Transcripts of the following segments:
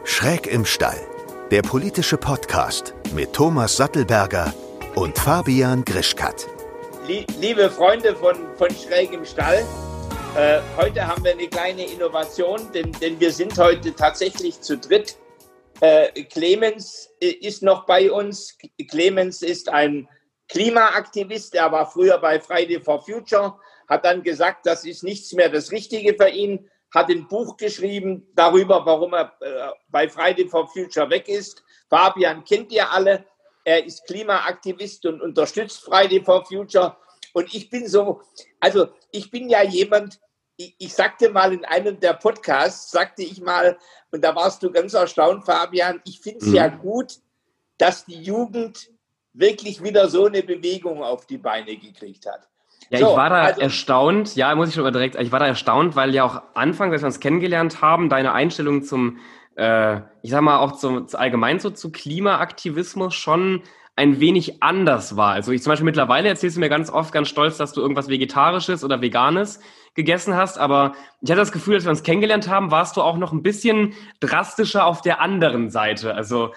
Schräg im Stall, der politische Podcast mit Thomas Sattelberger und Fabian Grischkat. Liebe Freunde von Schräg im Stall, heute haben wir eine kleine Innovation, denn wir sind heute tatsächlich zu dritt. Clemens ist noch bei uns. Clemens ist ein Klimaaktivist, er war früher bei Friday for Future, hat dann gesagt, das ist nichts mehr das Richtige für ihn, hat ein Buch geschrieben darüber, warum er bei Friday for Future weg ist. Fabian kennt ihr alle, er ist Klimaaktivist und unterstützt Friday for Future. Und ich bin ich bin ja jemand, ich sagte mal in einem der Podcasts, und da warst du ganz erstaunt, Fabian, ich finde es ja gut, dass die Jugend wirklich wieder so eine Bewegung auf die Beine gekriegt hat. Ja, ich war da erstaunt, weil ja auch anfangs, als wir uns kennengelernt haben, deine Einstellung zum, allgemein so zu Klimaaktivismus schon ein wenig anders war. Also zum Beispiel mittlerweile erzählst du mir ganz oft ganz stolz, dass du irgendwas Vegetarisches oder Veganes gegessen hast, aber ich hatte das Gefühl, als wir uns kennengelernt haben, warst du auch noch ein bisschen drastischer auf der anderen Seite. Also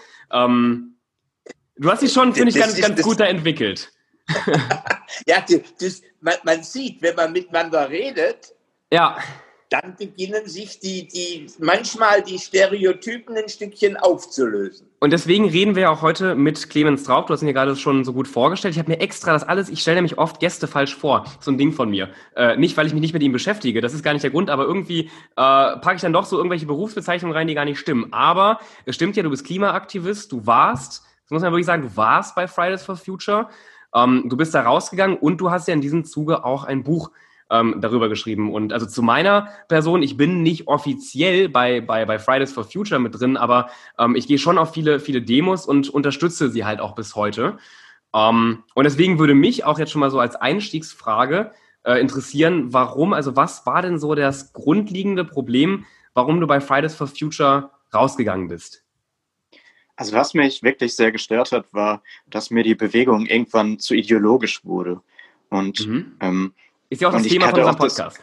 du hast dich schon, finde ich, ganz gut da entwickelt. Ja, man sieht, wenn man miteinander redet, ja, dann beginnen sich manchmal die Stereotypen ein Stückchen aufzulösen. Und deswegen reden wir ja auch heute mit Clemens Traub. Du hast ihn ja gerade schon so gut vorgestellt. Ich habe mir extra ich stelle nämlich oft Gäste falsch vor. So ein Ding von mir. Nicht, weil ich mich nicht mit ihm beschäftige, das ist gar nicht der Grund, aber irgendwie packe ich dann doch so irgendwelche Berufsbezeichnungen rein, die gar nicht stimmen. Aber es stimmt ja, du bist Klimaaktivist, das muss man wirklich sagen, du warst bei Fridays for Future. Du bist da rausgegangen und du hast ja in diesem Zuge auch ein Buch darüber geschrieben. Und also zu meiner Person, ich bin nicht offiziell bei Fridays for Future mit drin, aber ich gehe schon auf viele, viele Demos und unterstütze sie halt auch bis heute. Und deswegen würde mich auch jetzt schon mal so als Einstiegsfrage interessieren, was war denn so das grundlegende Problem, warum du bei Fridays for Future rausgegangen bist? Also was mich wirklich sehr gestört hat, war, dass mir die Bewegung irgendwann zu ideologisch wurde. Und ist ja auch das Thema von unserem Podcast.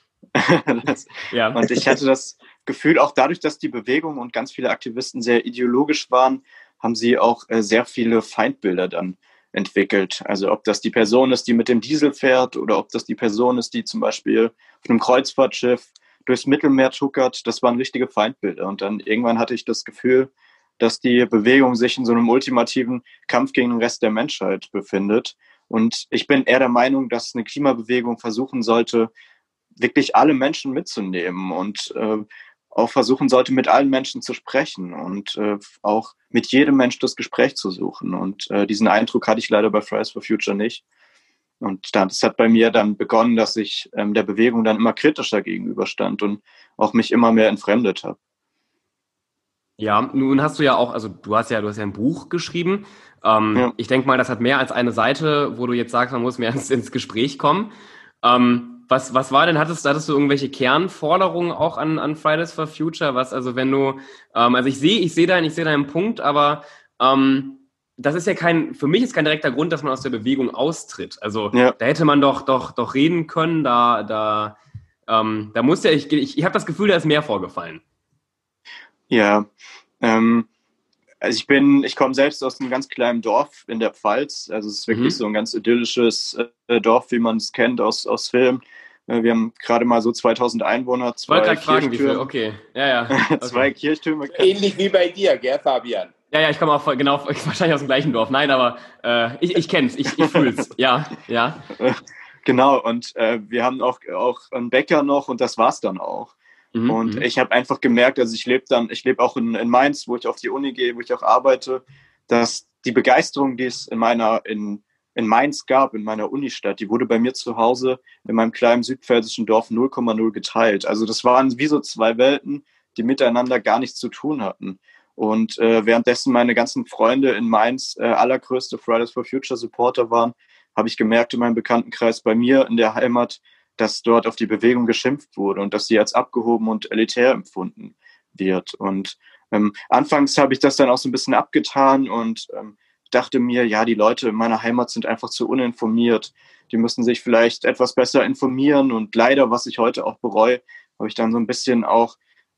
Ja. Und ich hatte das Gefühl, auch dadurch, dass die Bewegung und ganz viele Aktivisten sehr ideologisch waren, haben sie auch sehr viele Feindbilder dann entwickelt. Also ob das die Person ist, die mit dem Diesel fährt, oder ob das die Person ist, die zum Beispiel auf einem Kreuzfahrtschiff durchs Mittelmeer tuckert, das waren richtige Feindbilder. Und dann irgendwann hatte ich das Gefühl, dass die Bewegung sich in so einem ultimativen Kampf gegen den Rest der Menschheit befindet. Und ich bin eher der Meinung, dass eine Klimabewegung versuchen sollte, wirklich alle Menschen mitzunehmen und auch versuchen sollte, mit allen Menschen zu sprechen und auch mit jedem Mensch das Gespräch zu suchen. Und diesen Eindruck hatte ich leider bei Fridays for Future nicht. Und das hat bei mir dann begonnen, dass ich der Bewegung dann immer kritischer gegenüberstand und auch mich immer mehr entfremdet habe. Ja, nun hast du ja auch, also du hast ja ein Buch geschrieben. Ja. Ich denke mal, das hat mehr als eine Seite, wo du jetzt sagst, man muss mehr ins Gespräch kommen. Was war denn, hattest du irgendwelche Kernforderungen auch an Fridays for Future? Ich sehe deinen Punkt, aber das ist ja für mich ist kein direkter Grund, dass man aus der Bewegung austritt. Also ja. Da hätte man doch reden können, da muss ja, ich habe das Gefühl, da ist mehr vorgefallen. Ja, also ich komme selbst aus einem ganz kleinen Dorf in der Pfalz. Also es ist wirklich so ein ganz idyllisches Dorf, wie man es kennt aus Filmen. Wir haben gerade mal so 2000 Einwohner, 2 Kirchtürme. Wie viel? Okay, ja. Okay. 2 Kirchtürme. Ähnlich wie bei dir, gell, Fabian? Ja, ich komme auch wahrscheinlich aus dem gleichen Dorf. Nein, aber ich kenn's, ich fühl's. Ja. Genau, und wir haben auch einen Bäcker noch und das war's dann auch. Und ich habe einfach gemerkt, also ich lebe auch in Mainz, wo ich auf die Uni gehe, wo ich auch arbeite, dass die Begeisterung, die es in Mainz gab, in meiner Unistadt, die wurde bei mir zu Hause in meinem kleinen südpfälzischen Dorf 0,0 geteilt. Also das waren wie so 2 Welten, die miteinander gar nichts zu tun hatten. Und währenddessen meine ganzen Freunde in Mainz allergrößte Fridays for Future Supporter waren, habe ich gemerkt in meinem Bekanntenkreis bei mir in der Heimat, dass dort auf die Bewegung geschimpft wurde und dass sie als abgehoben und elitär empfunden wird. Und anfangs habe ich das dann auch so ein bisschen abgetan und dachte mir, ja, die Leute in meiner Heimat sind einfach zu uninformiert. Die müssen sich vielleicht etwas besser informieren. Und leider, was ich heute auch bereue, habe ich dann so ein bisschen auch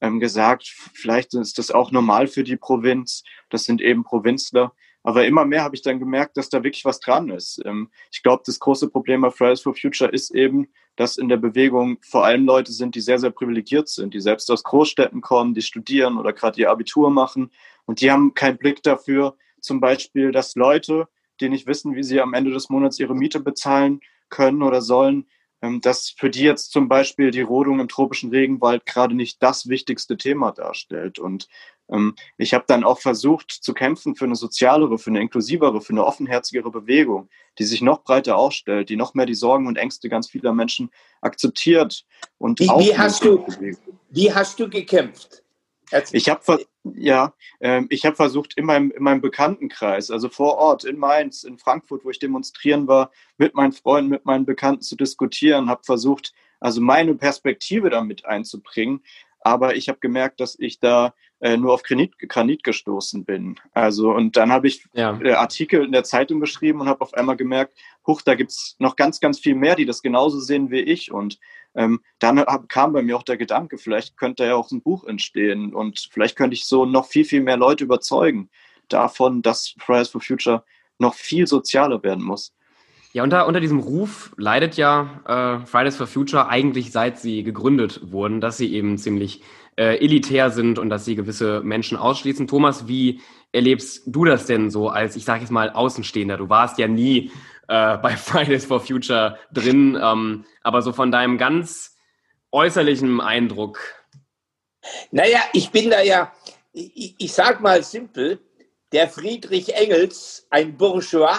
gesagt, vielleicht ist das auch normal für die Provinz, das sind eben Provinzler. Aber immer mehr habe ich dann gemerkt, dass da wirklich was dran ist. Ich glaube, das große Problem bei Fridays for Future ist eben, dass in der Bewegung vor allem Leute sind, die sehr, sehr privilegiert sind, die selbst aus Großstädten kommen, die studieren oder gerade ihr Abitur machen. Und die haben keinen Blick dafür, zum Beispiel, dass Leute, die nicht wissen, wie sie am Ende des Monats ihre Miete bezahlen können oder sollen, dass für die jetzt zum Beispiel die Rodung im tropischen Regenwald gerade nicht das wichtigste Thema darstellt. Und ich habe dann auch versucht zu kämpfen für eine sozialere, für eine inklusivere, für eine offenherzigere Bewegung, die sich noch breiter aufstellt, die noch mehr die Sorgen und Ängste ganz vieler Menschen akzeptiert. Und wie hast du gekämpft? Ich habe versucht, in meinem Bekanntenkreis, also vor Ort, in Mainz, in Frankfurt, wo ich demonstrieren war, mit meinen Freunden, mit meinen Bekannten zu diskutieren, habe versucht, also meine Perspektive damit einzubringen. Aber ich habe gemerkt, dass ich da nur auf Granit gestoßen bin. Also, und dann habe ich Artikel in der Zeitung geschrieben und habe auf einmal gemerkt, da gibt's noch ganz, ganz viel mehr, die das genauso sehen wie ich. Und dann kam bei mir auch der Gedanke, vielleicht könnte ja auch ein Buch entstehen und vielleicht könnte ich so noch viel, viel mehr Leute überzeugen davon, dass Fridays for Future noch viel sozialer werden muss. Ja, unter diesem Ruf leidet ja Fridays for Future eigentlich, seit sie gegründet wurden, dass sie eben ziemlich elitär sind und dass sie gewisse Menschen ausschließen. Thomas, wie erlebst du das denn so als, ich sage jetzt mal, Außenstehender? Du warst ja nie bei Fridays for Future drin, aber so von deinem ganz äußerlichen Eindruck. Naja, ich bin da ja, ich sag mal simpel, der Friedrich Engels, ein Bourgeois,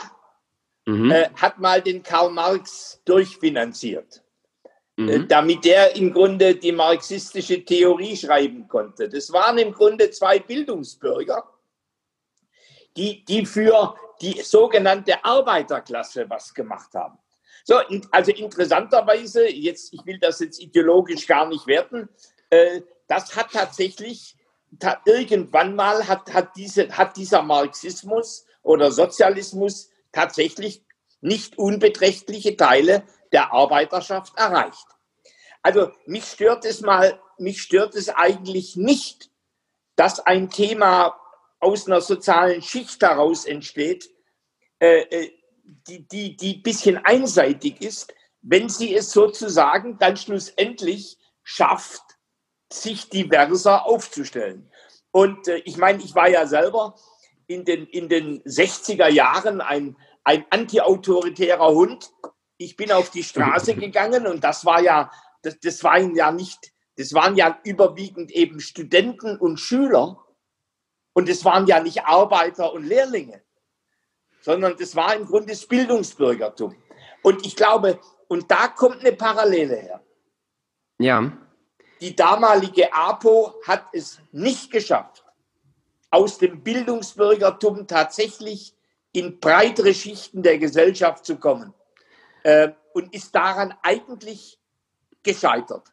hat mal den Karl Marx durchfinanziert, damit er im Grunde die marxistische Theorie schreiben konnte. Das waren im Grunde zwei Bildungsbürger, die für die sogenannte Arbeiterklasse was gemacht haben. So, also interessanterweise, ich will das jetzt ideologisch gar nicht werten, das hat tatsächlich, irgendwann mal hat dieser Marxismus oder Sozialismus tatsächlich nicht unbeträchtliche Teile der Arbeiterschaft erreicht. Also mich stört es eigentlich nicht, dass ein Thema aus einer sozialen Schicht heraus entsteht, die ein bisschen einseitig ist, wenn sie es sozusagen dann schlussendlich schafft, sich diverser aufzustellen. Und ich meine, ich war ja selber in den 60er Jahren ein antiautoritärer Hund. Ich bin auf die Straße gegangen und das waren ja überwiegend eben Studenten und Schüler und es waren ja nicht Arbeiter und Lehrlinge, sondern das war im Grunde das Bildungsbürgertum. Und ich glaube, und da kommt eine Parallele her. Ja. Die damalige APO hat es nicht geschafft, aus dem Bildungsbürgertum tatsächlich in breitere Schichten der Gesellschaft zu kommen und ist daran eigentlich gescheitert.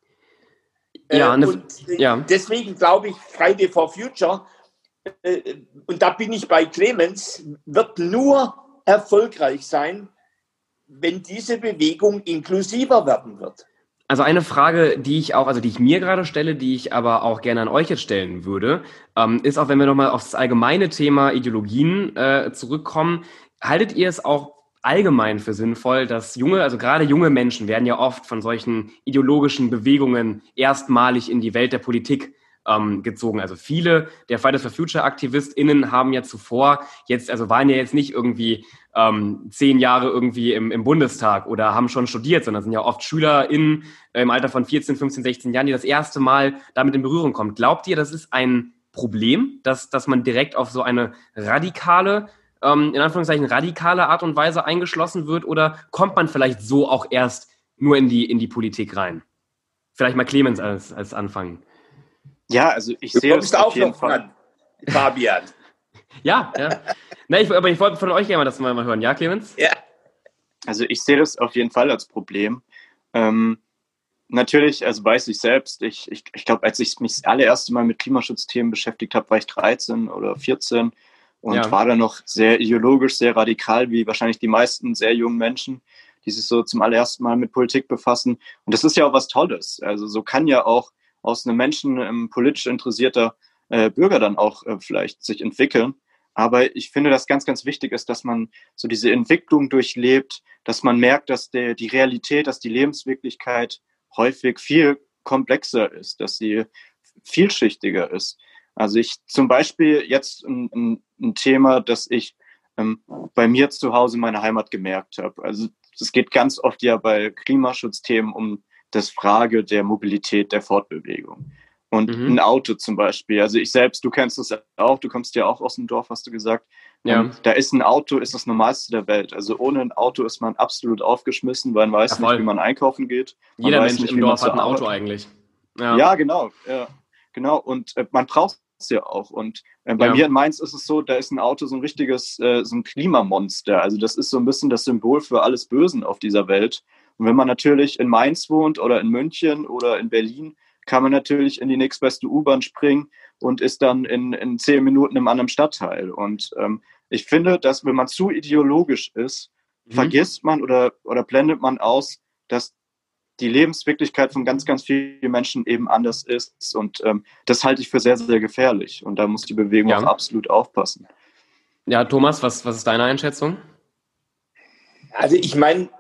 Deswegen glaube ich, Friday for Future, und da bin ich bei Clemens, wird nur erfolgreich sein, wenn diese Bewegung inklusiver werden wird. Also eine Frage, die ich mir gerade stelle, die ich aber auch gerne an euch jetzt stellen würde, ist auch, wenn wir nochmal auf das allgemeine Thema Ideologien zurückkommen, haltet ihr es auch allgemein für sinnvoll, dass gerade junge Menschen werden ja oft von solchen ideologischen Bewegungen erstmalig in die Welt der Politik gezogen. Also viele der Fridays for Future AktivistInnen haben ja zuvor waren ja jetzt nicht irgendwie 10 Jahre irgendwie im Bundestag oder haben schon studiert, sondern sind ja oft SchülerInnen im Alter von 14, 15, 16 Jahren, die das erste Mal damit in Berührung kommen. Glaubt ihr, das ist ein Problem, dass man direkt auf so eine radikale, in Anführungszeichen radikale Art und Weise eingeschlossen wird, oder kommt man vielleicht so auch erst nur in die Politik rein? Vielleicht mal Clemens als Anfang. Ja, also ich sehe das auf jeden Fall. Fabian. Ja. Aber ich wollte von euch gerne das mal hören. Ja, Clemens? Ja. Also ich sehe das auf jeden Fall als Problem. Natürlich, also weiß ich selbst, ich glaube, als ich mich das allererste Mal mit Klimaschutzthemen beschäftigt habe, war ich 13 oder 14 und war dann noch sehr ideologisch, sehr radikal, wie wahrscheinlich die meisten sehr jungen Menschen, die sich so zum allerersten Mal mit Politik befassen. Und das ist ja auch was Tolles. Also so kann ja auch aus einem Menschen politisch interessierter Bürger dann auch vielleicht sich entwickeln. Aber ich finde, dass ganz, ganz wichtig ist, dass man so diese Entwicklung durchlebt, dass man merkt, dass die Realität, dass die Lebenswirklichkeit häufig viel komplexer ist, dass sie vielschichtiger ist. Also ich zum Beispiel jetzt ein Thema, das ich bei mir zu Hause in meiner Heimat gemerkt habe. Also es geht ganz oft ja bei Klimaschutzthemen um das Frage der Mobilität, der Fortbewegung. Und ein Auto zum Beispiel. Also ich selbst, du kennst es auch, du kommst ja auch aus dem Dorf, hast du gesagt. Ja. Da ist ein Auto, ist das Normalste der Welt. Also ohne ein Auto ist man absolut aufgeschmissen, weil man weiß nicht, wie man einkaufen geht. Jeder Mensch im Dorf hat ein Auto eigentlich. Ja, genau. Ja, genau. Und man braucht es ja auch. Und bei mir in Mainz ist es so, da ist ein Auto so ein richtiges so ein Klimamonster. Also das ist so ein bisschen das Symbol für alles Bösen auf dieser Welt. Und wenn man natürlich in Mainz wohnt oder in München oder in Berlin, kann man natürlich in die nächstbeste U-Bahn springen und ist dann in 10 Minuten im anderen Stadtteil. Und ich finde, dass wenn man zu ideologisch ist, vergisst man oder blendet man aus, dass die Lebenswirklichkeit von ganz, ganz vielen Menschen eben anders ist. Und das halte ich für sehr, sehr gefährlich. Und da muss die Bewegung auch absolut aufpassen. Ja, Thomas, was ist deine Einschätzung? Also ich meine,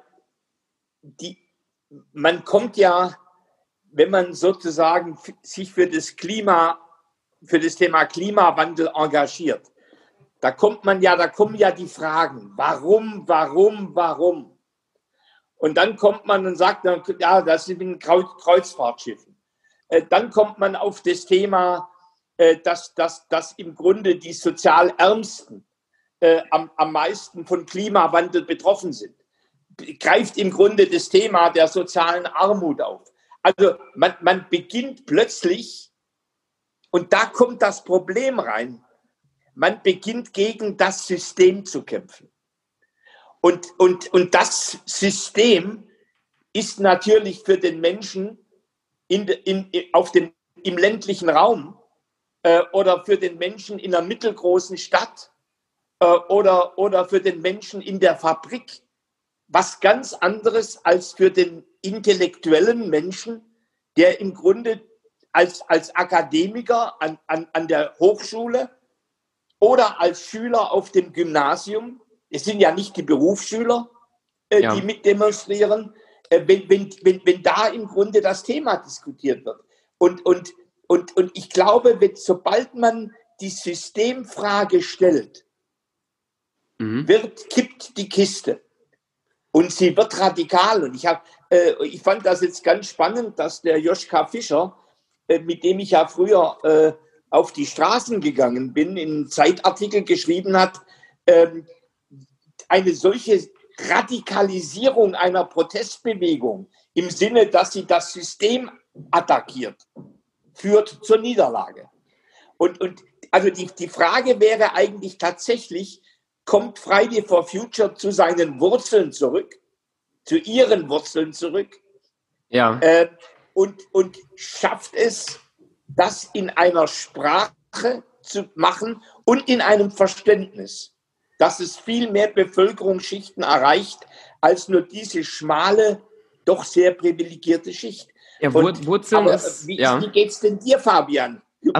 man kommt ja, wenn man sozusagen sich für das Thema Klimawandel engagiert, da kommen ja die Fragen, warum? Und dann kommt man und sagt, ja, das sind Kreuzfahrtschiffen. Dann kommt man auf das Thema, dass im Grunde die sozial Ärmsten am meisten von Klimawandel betroffen sind. Greift im Grunde das Thema der sozialen Armut auf. Also man beginnt plötzlich, und da kommt das Problem rein, man beginnt gegen das System zu kämpfen. Und das System ist natürlich für den Menschen im ländlichen Raum oder für den Menschen in einer mittelgroßen Stadt oder für den Menschen in der Fabrik was ganz anderes als für den intellektuellen Menschen, der im Grunde als Akademiker an der Hochschule oder als Schüler auf dem Gymnasium, es sind ja nicht die Berufsschüler, die mitdemonstrieren, wenn da im Grunde das Thema diskutiert wird. Und ich glaube, sobald man die Systemfrage stellt, kippt die Kiste. Und sie wird radikal. Und ich fand das jetzt ganz spannend, dass der Joschka Fischer, mit dem ich ja früher auf die Straßen gegangen bin, in einem Zeitartikel geschrieben hat, eine solche Radikalisierung einer Protestbewegung im Sinne, dass sie das System attackiert, führt zur Niederlage. Und also die Frage wäre eigentlich tatsächlich, kommt Friday for Future zu seinen Wurzeln zurück, zu ihren Wurzeln zurück, und schafft es, das in einer Sprache zu machen und in einem Verständnis, dass es viel mehr Bevölkerungsschichten erreicht, als nur diese schmale, doch sehr privilegierte Schicht. Ja, Wurzeln ist... Wie geht es denn dir, Fabian? Du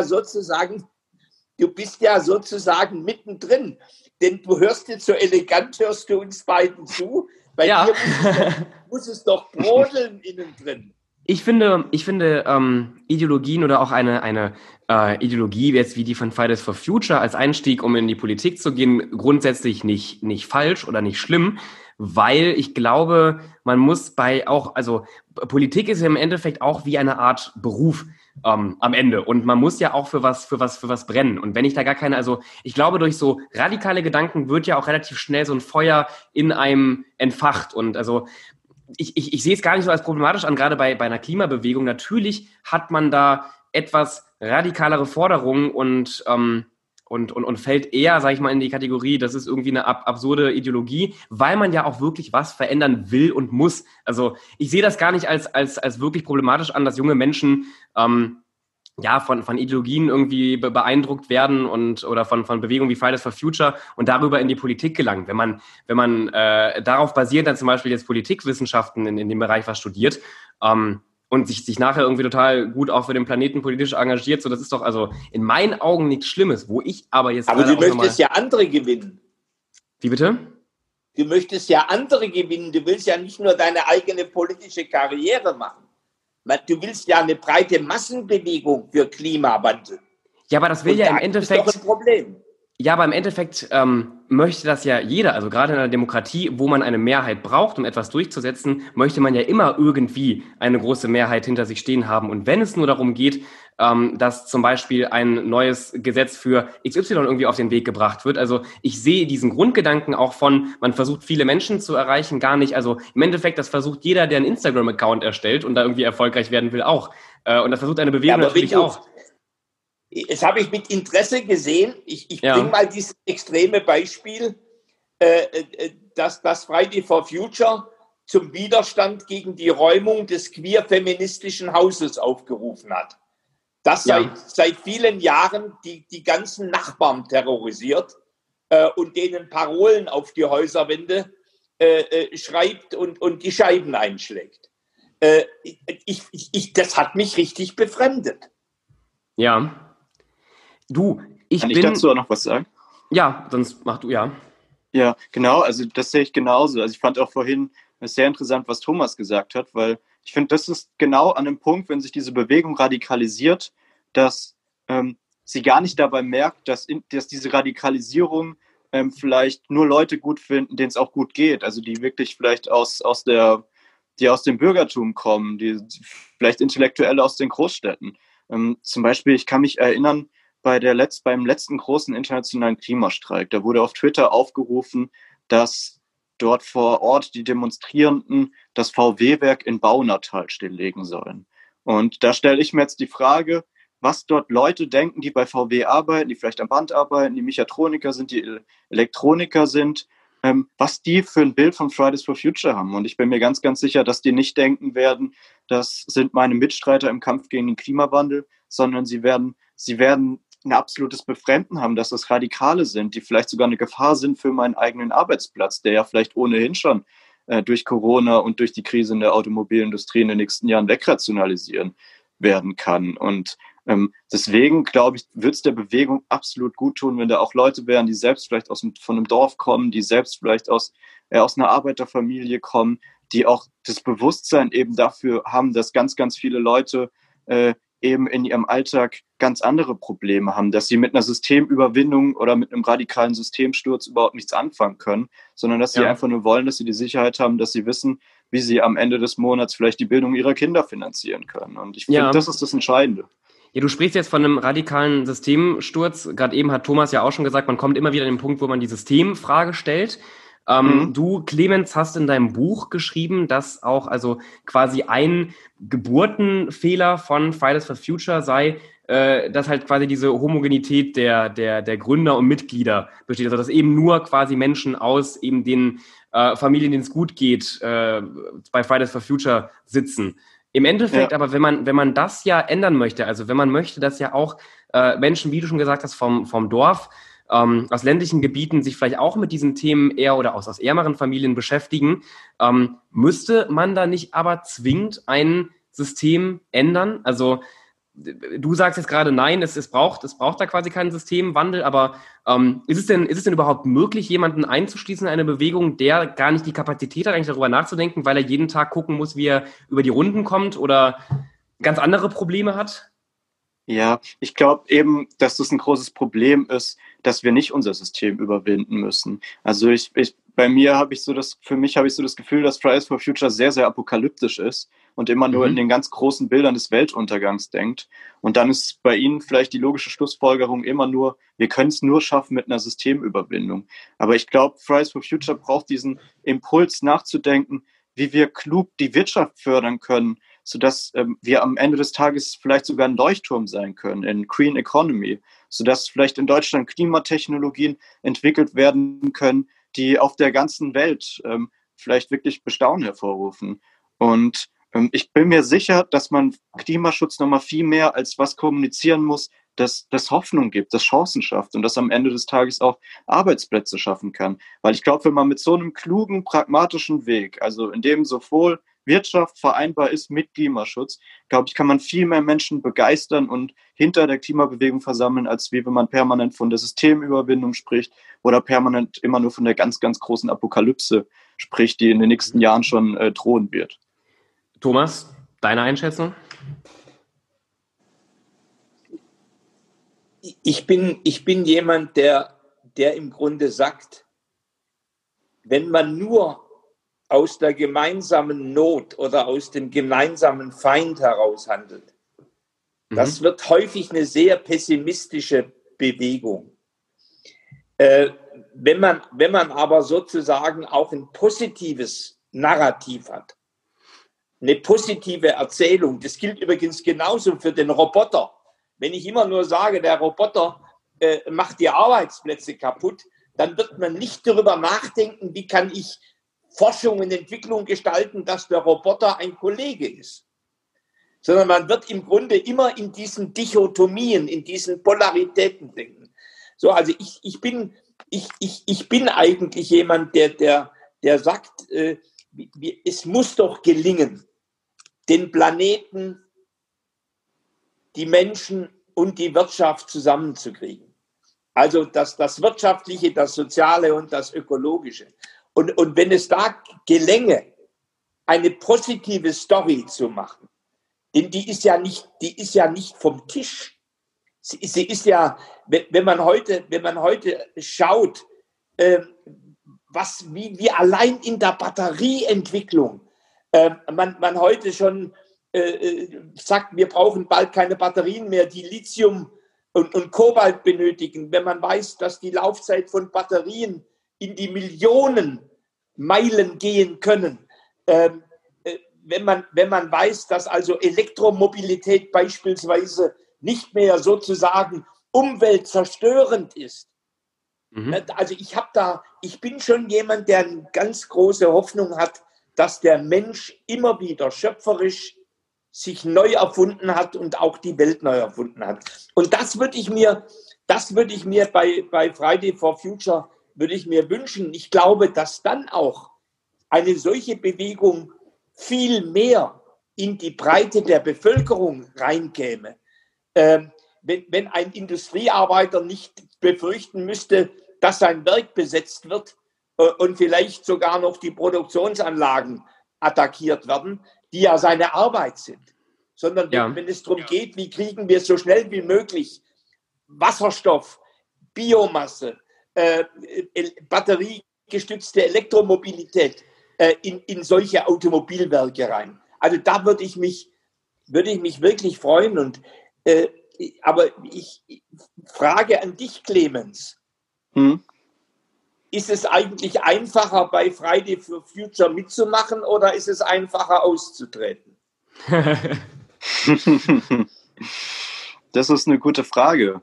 bist ja sozusagen mittendrin. Denn du hörst jetzt so elegant, hörst du uns beiden zu. Bei dir muss es doch brodeln innen drin. Ich finde Ideologien oder auch eine Ideologie jetzt wie die von Fridays for Future als Einstieg, um in die Politik zu gehen, grundsätzlich nicht falsch oder nicht schlimm, weil ich glaube, man muss Politik ist ja im Endeffekt auch wie eine Art Beruf am Ende und man muss ja auch für was brennen und wenn ich da gar keine, also ich glaube, durch so radikale Gedanken wird ja auch relativ schnell so ein Feuer in einem entfacht und also ich sehe es gar nicht so als problematisch an, gerade bei einer Klimabewegung. Natürlich hat man da etwas radikalere Forderungen und fällt eher, sage ich mal, in die Kategorie, das ist irgendwie eine absurde Ideologie, weil man ja auch wirklich was verändern will und muss. Also ich sehe das gar nicht als wirklich problematisch an, dass junge Menschen von Ideologien irgendwie beeindruckt werden oder von Bewegungen wie Fridays for Future und darüber in die Politik gelangen. Wenn man darauf basiert, dann zum Beispiel jetzt Politikwissenschaften in dem Bereich was studiert, und sich nachher irgendwie total gut auch für den Planeten politisch engagiert. So, das ist doch also in meinen Augen nichts Schlimmes, wo ich aber jetzt... Aber du möchtest ja andere gewinnen. Wie bitte? Du möchtest ja andere gewinnen. Du willst ja nicht nur deine eigene politische Karriere machen. Du willst ja eine breite Massenbewegung für Klimawandel. Ja, aber das will ja im Endeffekt... Das ist doch ein Problem. Ja, aber im Endeffekt möchte das ja jeder, also gerade in einer Demokratie, wo man eine Mehrheit braucht, um etwas durchzusetzen, möchte man ja immer irgendwie eine große Mehrheit hinter sich stehen haben. Und wenn es nur darum geht, dass zum Beispiel ein neues Gesetz für XY irgendwie auf den Weg gebracht wird, also ich sehe diesen Grundgedanken auch von, man versucht viele Menschen zu erreichen, gar nicht, also im Endeffekt, das versucht jeder, der einen Instagram-Account erstellt und da irgendwie erfolgreich werden will, auch. Und das versucht eine Bewegung natürlich auch. Das habe ich mit Interesse gesehen. Ich bringe mal dieses extreme Beispiel, dass Friday for Future zum Widerstand gegen die Räumung des queer-feministischen Hauses aufgerufen hat. Das seit vielen Jahren die ganzen Nachbarn terrorisiert und denen Parolen auf die Häuserwände schreibt und die Scheiben einschlägt. Das hat mich richtig befremdet. Ja. Kann ich dazu auch noch was sagen? Ja, sonst mach du, ja. Ja, genau, also das sehe ich genauso. Also ich fand auch vorhin sehr interessant, was Thomas gesagt hat, weil ich finde, das ist genau an dem Punkt, wenn sich diese Bewegung radikalisiert, dass sie gar nicht dabei merkt, dass diese Radikalisierung vielleicht nur Leute gut finden, denen es auch gut geht, also die wirklich vielleicht aus dem Bürgertum kommen, die vielleicht Intellektuelle aus den Großstädten. Zum Beispiel, ich kann mich erinnern, beim letzten großen internationalen Klimastreik, da wurde auf Twitter aufgerufen, dass dort vor Ort die Demonstrierenden das VW-Werk in Baunatal stilllegen sollen. Und da stelle ich mir jetzt die Frage, was dort Leute denken, die bei VW arbeiten, die vielleicht am Band arbeiten, die Mechatroniker sind, die Elektroniker sind, was die für ein Bild von Fridays for Future haben. Und ich bin mir ganz, ganz sicher, dass die nicht denken werden, das sind meine Mitstreiter im Kampf gegen den Klimawandel, sondern sie werden ein absolutes Befremden haben, dass das Radikale sind, die vielleicht sogar eine Gefahr sind für meinen eigenen Arbeitsplatz, der ja vielleicht ohnehin schon durch Corona und durch die Krise in der Automobilindustrie in den nächsten Jahren wegrationalisieren werden kann. Und deswegen, glaube ich, wird es der Bewegung absolut gut tun, wenn da auch Leute wären, die selbst vielleicht von einem Dorf kommen, die selbst vielleicht aus einer Arbeiterfamilie kommen, die auch das Bewusstsein eben dafür haben, dass ganz, ganz viele Leute eben in ihrem Alltag ganz andere Probleme haben, dass sie mit einer Systemüberwindung oder mit einem radikalen Systemsturz überhaupt nichts anfangen können, sondern dass sie einfach nur wollen, dass sie die Sicherheit haben, dass sie wissen, wie sie am Ende des Monats vielleicht die Bildung ihrer Kinder finanzieren können. Und ich finde, das ist das Entscheidende. Ja, du sprichst jetzt von einem radikalen Systemsturz. Gerade eben hat Thomas ja auch schon gesagt, man kommt immer wieder an den Punkt, wo man die Systemfrage stellt. Du, Clemens, hast in deinem Buch geschrieben, dass auch also quasi ein Geburtenfehler von Fridays for Future sei, dass halt quasi diese Homogenität der Gründer und Mitglieder besteht. Also dass eben nur quasi Menschen aus eben den Familien, denen es gut geht, bei Fridays for Future sitzen. Im Endeffekt aber, wenn man das ja ändern möchte, also wenn man möchte, dass ja auch Menschen, wie du schon gesagt hast, vom Dorf, aus ländlichen Gebieten sich vielleicht auch mit diesen Themen eher oder aus ärmeren Familien beschäftigen, müsste man da nicht aber zwingend ein System ändern? Also du sagst jetzt gerade nein, es braucht da quasi keinen Systemwandel, aber ist es denn überhaupt möglich, jemanden einzuschließen in eine Bewegung, der gar nicht die Kapazität hat, eigentlich darüber nachzudenken, weil er jeden Tag gucken muss, wie er über die Runden kommt oder ganz andere Probleme hat? Ja, ich glaube eben, dass das ein großes Problem ist, dass wir nicht unser System überwinden müssen. Also für mich habe ich so das Gefühl, dass Fridays for Future sehr, sehr apokalyptisch ist und immer nur in den ganz großen Bildern des Weltuntergangs denkt. Und dann ist bei ihnen vielleicht die logische Schlussfolgerung immer nur, wir können es nur schaffen mit einer Systemüberwindung. Aber ich glaube, Fridays for Future braucht diesen Impuls nachzudenken, wie wir klug die Wirtschaft fördern können, sodass wir am Ende des Tages vielleicht sogar ein Leuchtturm sein können in Green Economy, sodass vielleicht in Deutschland Klimatechnologien entwickelt werden können, die auf der ganzen Welt vielleicht wirklich Bestaunen hervorrufen. Und ich bin mir sicher, dass man Klimaschutz nochmal viel mehr als was kommunizieren muss, das Hoffnung gibt, das Chancen schafft und das am Ende des Tages auch Arbeitsplätze schaffen kann. Weil ich glaube, wenn man mit so einem klugen, pragmatischen Weg, also in dem sowohl Wirtschaft vereinbar ist mit Klimaschutz, glaube ich, kann man viel mehr Menschen begeistern und hinter der Klimabewegung versammeln, als wie wenn man permanent von der Systemüberwindung spricht oder permanent immer nur von der ganz, ganz großen Apokalypse spricht, die in den nächsten Jahren schon drohen wird. Thomas, deine Einschätzung? Ich bin jemand, der im Grunde sagt, wenn man nur aus der gemeinsamen Not oder aus dem gemeinsamen Feind heraus handelt, das wird häufig eine sehr pessimistische Bewegung. Wenn man aber sozusagen auch ein positives Narrativ hat, eine positive Erzählung, das gilt übrigens genauso für den Roboter. Wenn ich immer nur sage, der Roboter macht die Arbeitsplätze kaputt, dann wird man nicht darüber nachdenken, wie kann ich Forschung und Entwicklung gestalten, dass der Roboter ein Kollege ist. Sondern man wird im Grunde immer in diesen Dichotomien, in diesen Polaritäten denken. So, also ich bin eigentlich jemand, der sagt, es muss doch gelingen, den Planeten, die Menschen und die Wirtschaft zusammenzukriegen. Also das Wirtschaftliche, das Soziale und das Ökologische. Und wenn es da gelänge, eine positive Story zu machen, denn die ist ja nicht vom Tisch. Sie ist ja, wenn man heute schaut, wie allein in der Batterieentwicklung man heute schon sagt, wir brauchen bald keine Batterien mehr, die Lithium und Kobalt benötigen. Wenn man weiß, dass die Laufzeit von Batterien in die Millionen Meilen gehen können. Wenn man weiß, dass also Elektromobilität beispielsweise nicht mehr sozusagen umweltzerstörend ist. Also ich bin schon jemand, der eine ganz große Hoffnung hat, dass der Mensch immer wieder schöpferisch sich neu erfunden hat und auch die Welt neu erfunden hat. Und das würde ich mir bei Friday for Future würde ich mir wünschen. Ich glaube, dass dann auch eine solche Bewegung viel mehr in die Breite der Bevölkerung reinkäme. Wenn ein Industriearbeiter nicht befürchten müsste, dass sein Werk besetzt wird und vielleicht sogar noch die Produktionsanlagen attackiert werden, die ja seine Arbeit sind. Sondern wenn es darum geht, wie kriegen wir so schnell wie möglich Wasserstoff, Biomasse, batteriegestützte Elektromobilität in solche Automobilwerke rein. Also da würde ich mich wirklich freuen. Und aber ich frage an dich, Clemens, ist es eigentlich einfacher, bei Friday for Future mitzumachen oder ist es einfacher, auszutreten? Das ist eine gute Frage.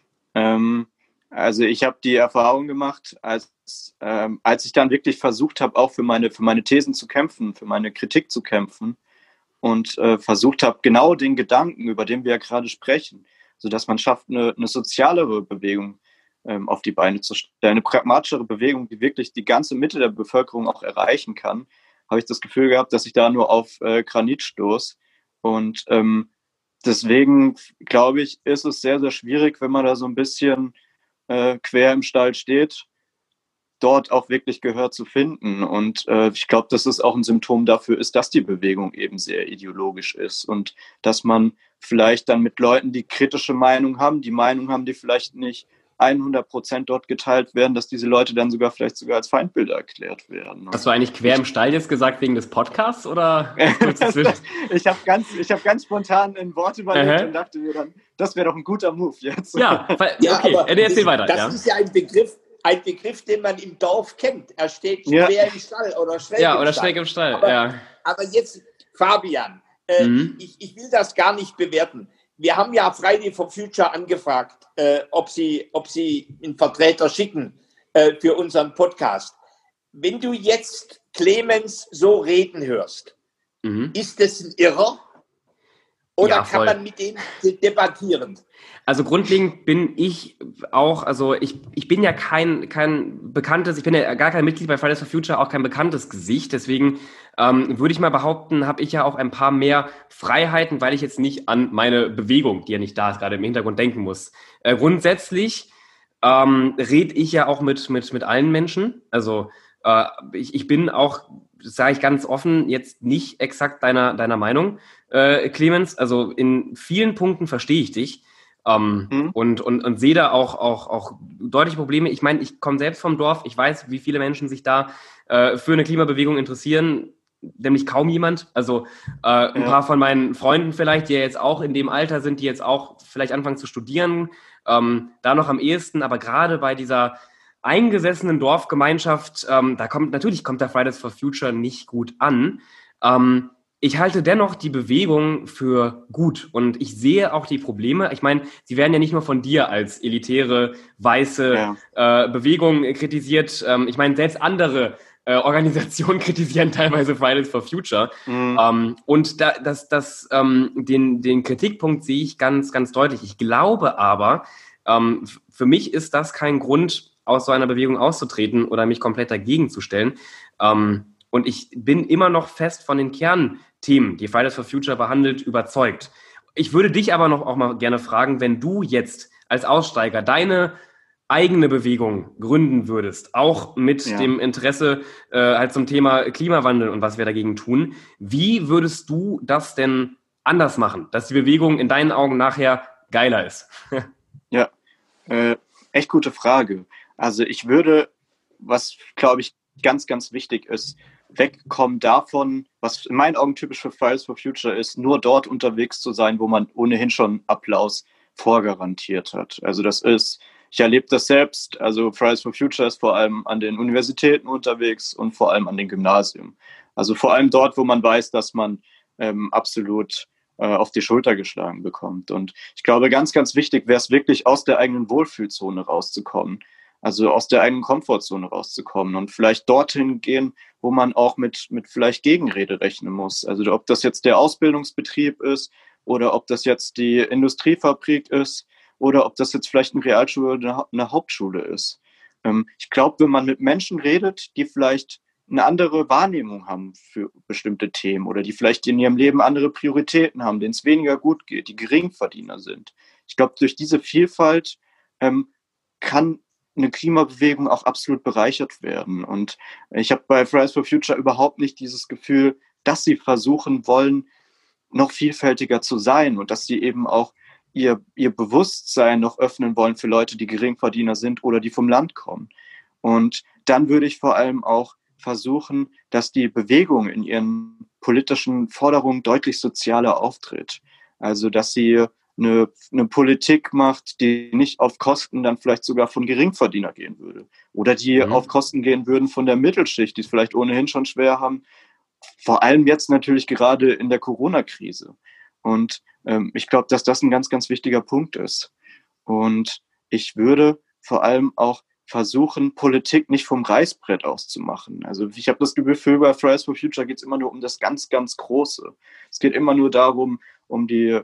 Also ich habe die Erfahrung gemacht, als ich dann wirklich versucht habe, auch für meine Thesen zu kämpfen, für meine Kritik zu kämpfen und versucht habe, genau den Gedanken, über den wir ja gerade sprechen, sodass man schafft, eine sozialere Bewegung auf die Beine zu stellen, eine pragmatischere Bewegung, die wirklich die ganze Mitte der Bevölkerung auch erreichen kann, habe ich das Gefühl gehabt, dass ich da nur auf Granit stoße. Und deswegen, glaube ich, ist es sehr, sehr schwierig, wenn man da so ein bisschen quer im Stall steht, dort auch wirklich Gehör zu finden. Und ich glaube, dass es auch ein Symptom dafür ist, dass die Bewegung eben sehr ideologisch ist und dass man vielleicht dann mit Leuten, die kritische Meinung haben, die vielleicht nicht 100% dort geteilt werden, dass diese Leute dann vielleicht sogar als Feindbilder erklärt werden. Hast du eigentlich quer im Stall jetzt gesagt wegen des Podcasts oder? Ich habe ganz spontan ein Wort überlegt und dachte mir dann, das wäre doch ein guter Move jetzt. Ja, okay, erzähl weiter. Das ist ja ein Begriff, den man im Dorf kennt. Er steht quer im Stall oder schräg im Stall. Ja, oder schräg im Stall, aber jetzt, Fabian, ich will das gar nicht bewerten. Wir haben ja Friday for Future angefragt, ob sie einen Vertreter schicken für unseren Podcast. Wenn du jetzt Clemens so reden hörst, ist das ein Irrer? Oder kann man mit dem debattieren? Also grundlegend bin ich auch, also ich bin ja kein bekanntes, ich bin ja gar kein Mitglied bei Fridays for Future, auch kein bekanntes Gesicht, deswegen würde ich mal behaupten, habe ich ja auch ein paar mehr Freiheiten, weil ich jetzt nicht an meine Bewegung, die ja nicht da ist, gerade im Hintergrund denken muss. Grundsätzlich rede ich ja auch mit allen Menschen. Also ich bin auch, sage ich ganz offen, jetzt nicht exakt deiner Meinung, Clemens. Also in vielen Punkten verstehe ich dich. Und sehe da auch deutliche Probleme. Ich meine, ich komme selbst vom Dorf. Ich weiß, wie viele Menschen sich da für eine Klimabewegung interessieren. Nämlich kaum jemand. Also ein paar von meinen Freunden vielleicht, die ja jetzt auch in dem Alter sind, die jetzt auch vielleicht anfangen zu studieren, da noch am ehesten. Aber gerade bei dieser eingesessenen Dorfgemeinschaft, natürlich kommt der Fridays for Future nicht gut an. Ich halte dennoch die Bewegung für gut und ich sehe auch die Probleme. Ich meine, sie werden ja nicht nur von dir als elitäre, weiße Bewegung kritisiert. Ich meine, selbst andere Organisationen kritisieren teilweise Fridays for Future. Und den Kritikpunkt sehe ich ganz, ganz deutlich. Ich glaube aber, für mich ist das kein Grund, aus so einer Bewegung auszutreten oder mich komplett dagegen zu stellen. Und ich bin immer noch fest von den Kernthemen, die Fridays for Future behandelt, überzeugt. Ich würde dich aber noch auch mal gerne fragen, wenn du jetzt als Aussteiger deine eigene Bewegung gründen würdest, auch mit dem Interesse halt zum Thema Klimawandel und was wir dagegen tun, wie würdest du das denn anders machen, dass die Bewegung in deinen Augen nachher geiler ist? Ja, echt gute Frage. Also ich würde, was glaube ich ganz, ganz wichtig ist, wegkommen davon, was in meinen Augen typisch für Fridays for Future ist, nur dort unterwegs zu sein, wo man ohnehin schon Applaus vorgarantiert hat. Also das ist, ich erlebe das selbst, also Fridays for Future ist vor allem an den Universitäten unterwegs und vor allem an den Gymnasien. Also vor allem dort, wo man weiß, dass man absolut auf die Schulter geschlagen bekommt. Und ich glaube, ganz, ganz wichtig wäre es wirklich, aus der eigenen Wohlfühlzone rauszukommen. Also aus der eigenen Komfortzone rauszukommen und vielleicht dorthin gehen, wo man auch mit vielleicht Gegenrede rechnen muss. Also ob das jetzt der Ausbildungsbetrieb ist oder ob das jetzt die Industriefabrik ist oder ob das jetzt vielleicht eine Realschule oder eine Hauptschule ist. Ich glaube, wenn man mit Menschen redet, die vielleicht eine andere Wahrnehmung haben für bestimmte Themen oder die vielleicht in ihrem Leben andere Prioritäten haben, denen es weniger gut geht, die Geringverdiener sind. Ich glaube, durch diese Vielfalt kann eine Klimabewegung auch absolut bereichert werden. Und ich habe bei Fridays for Future überhaupt nicht dieses Gefühl, dass sie versuchen wollen, noch vielfältiger zu sein und dass sie eben auch ihr Bewusstsein noch öffnen wollen für Leute, die Geringverdiener sind oder die vom Land kommen. Und dann würde ich vor allem auch versuchen, dass die Bewegung in ihren politischen Forderungen deutlich sozialer auftritt. Also, dass sie eine Politik macht, die nicht auf Kosten dann vielleicht sogar von Geringverdiener gehen würde. Oder die auf Kosten gehen würden von der Mittelschicht, die es vielleicht ohnehin schon schwer haben. Vor allem jetzt natürlich gerade in der Corona-Krise. Und ich glaube, dass das ein ganz, ganz wichtiger Punkt ist. Und ich würde vor allem auch versuchen, Politik nicht vom Reißbrett auszumachen. Also ich habe das Gefühl, bei Fridays for Future geht es immer nur um das ganz, ganz Große. Es geht immer nur darum, um das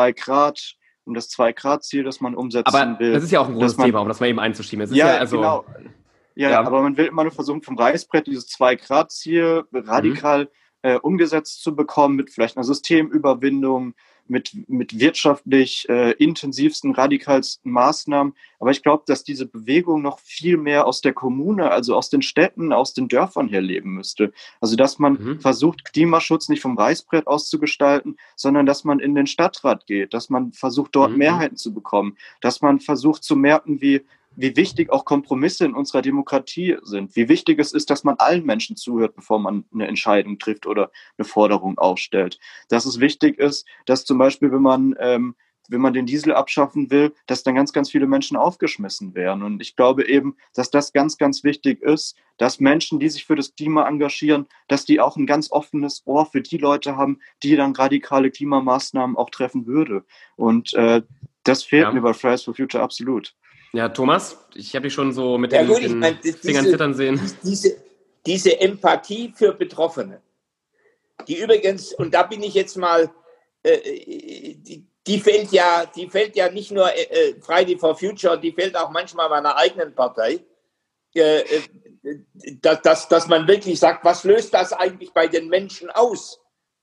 2-Grad-Ziel, das man umsetzen will. Das ist ja auch ein großes Thema, um das mal eben einzuschieben. Es ist genau. Ja, aber man will immer nur versuchen, vom Reißbrett dieses 2-Grad-Ziel radikal umgesetzt zu bekommen, mit vielleicht einer Systemüberwindung, mit wirtschaftlich intensivsten, radikalsten Maßnahmen. Aber ich glaube, dass diese Bewegung noch viel mehr aus der Kommune, also aus den Städten, aus den Dörfern her leben müsste. Also dass man versucht, Klimaschutz nicht vom Reißbrett auszugestalten, sondern dass man in den Stadtrat geht, dass man versucht, dort Mehrheiten zu bekommen, dass man versucht zu merken, wie wichtig auch Kompromisse in unserer Demokratie sind, wie wichtig es ist, dass man allen Menschen zuhört, bevor man eine Entscheidung trifft oder eine Forderung aufstellt. Dass es wichtig ist, dass zum Beispiel, wenn man den Diesel abschaffen will, dass dann ganz, ganz viele Menschen aufgeschmissen werden. Und ich glaube eben, dass das ganz, ganz wichtig ist, dass Menschen, die sich für das Klima engagieren, dass die auch ein ganz offenes Ohr für die Leute haben, die dann radikale Klimamaßnahmen auch treffen würde. Und das fehlt mir bei Fridays for Future absolut. Ja, Thomas, ich habe dich schon so mit den Fingern zittern sehen. Diese Empathie für Betroffene, die übrigens, und da bin ich jetzt mal, die fällt ja nicht nur Friday for Future, die fällt auch manchmal meiner eigenen Partei. dass man wirklich sagt, was löst das eigentlich bei den Menschen aus,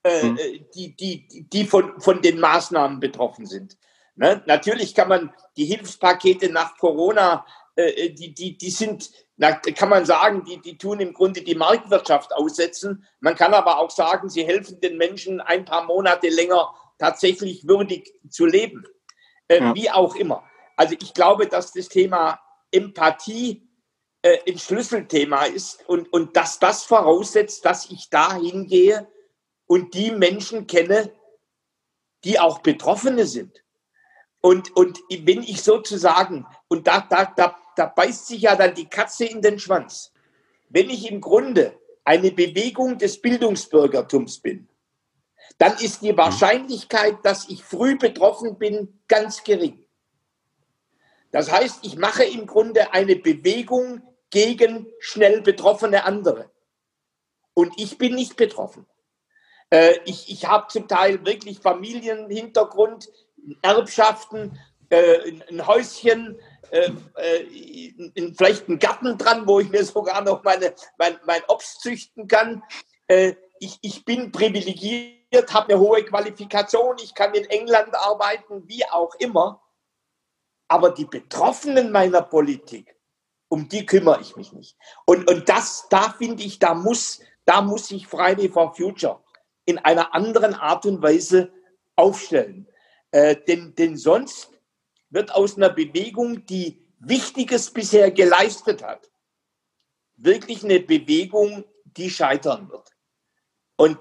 die von den Maßnahmen betroffen sind. Ne? Natürlich kann man die Hilfspakete nach Corona, die sind, kann man sagen, die tun im Grunde die Marktwirtschaft aussetzen. Man kann aber auch sagen, sie helfen den Menschen ein paar Monate länger tatsächlich würdig zu leben. Wie auch immer. Also ich glaube, dass das Thema Empathie ein Schlüsselthema ist und dass das voraussetzt, dass ich da hingehe und die Menschen kenne, die auch Betroffene sind. Und wenn ich sozusagen, und da beißt sich ja dann die Katze in den Schwanz, wenn ich im Grunde eine Bewegung des Bildungsbürgertums bin, dann ist die Wahrscheinlichkeit, dass ich früh betroffen bin, ganz gering. Das heißt, ich mache im Grunde eine Bewegung gegen schnell betroffene andere. Und ich bin nicht betroffen. Ich habe zum Teil wirklich Familienhintergrund, Erbschaften, ein Häuschen, vielleicht einen Garten dran, wo ich mir sogar noch mein Obst züchten kann. Ich bin privilegiert, habe eine hohe Qualifikation, ich kann in England arbeiten, wie auch immer. Aber die Betroffenen meiner Politik, um die kümmere ich mich nicht. Und da finde ich, da muss sich Friday for Future in einer anderen Art und Weise aufstellen. Denn sonst wird aus einer Bewegung, die Wichtiges bisher geleistet hat, wirklich eine Bewegung, die scheitern wird. Und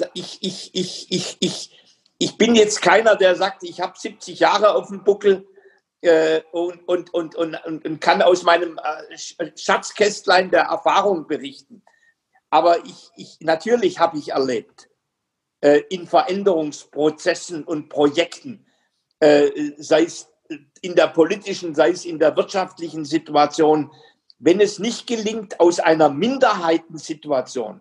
ich bin jetzt keiner, der sagt, ich habe 70 Jahre auf dem Buckel und kann aus meinem Schatzkästlein der Erfahrung berichten. Aber natürlich habe ich erlebt, in Veränderungsprozessen und Projekten, sei es in der politischen, sei es in der wirtschaftlichen Situation, wenn es nicht gelingt, aus einer Minderheitensituation